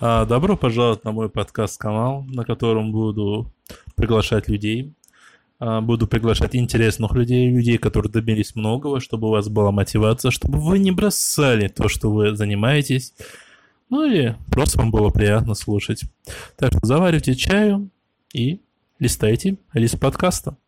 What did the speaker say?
Добро пожаловать на мой подкаст-канал, на котором буду приглашать людей. Буду приглашать интересных людей, людей, которые добились многого, чтобы у вас была мотивация, чтобы вы не бросали то, что вы занимаетесь, ну или просто вам было приятно слушать. Так что заваривайте чаю и листайте лист подкаста.